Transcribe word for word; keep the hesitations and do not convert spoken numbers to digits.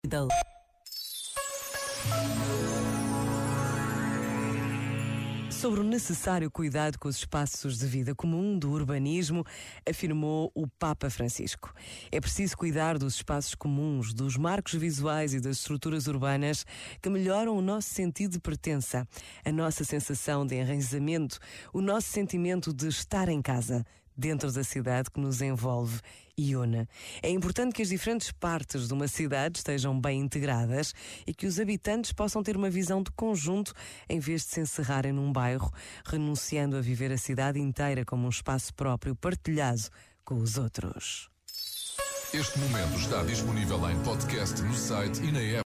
Idol. Sobre o necessário cuidado com os espaços de vida comum do urbanismo, afirmou o Papa Francisco. É preciso cuidar dos espaços comuns, dos marcos visuais e das estruturas urbanas que melhoram o nosso sentido de pertença, a nossa sensação de enraizamento, o nosso sentimento de estar em casa, dentro da cidade que nos envolve e une. É importante que as diferentes partes de uma cidade estejam bem integradas e que os habitantes possam ter uma visão de conjunto em vez de se encerrarem num bairro, renunciando a viver a cidade inteira como um espaço próprio partilhado com os outros. Este momento está disponível em podcast no site e na app.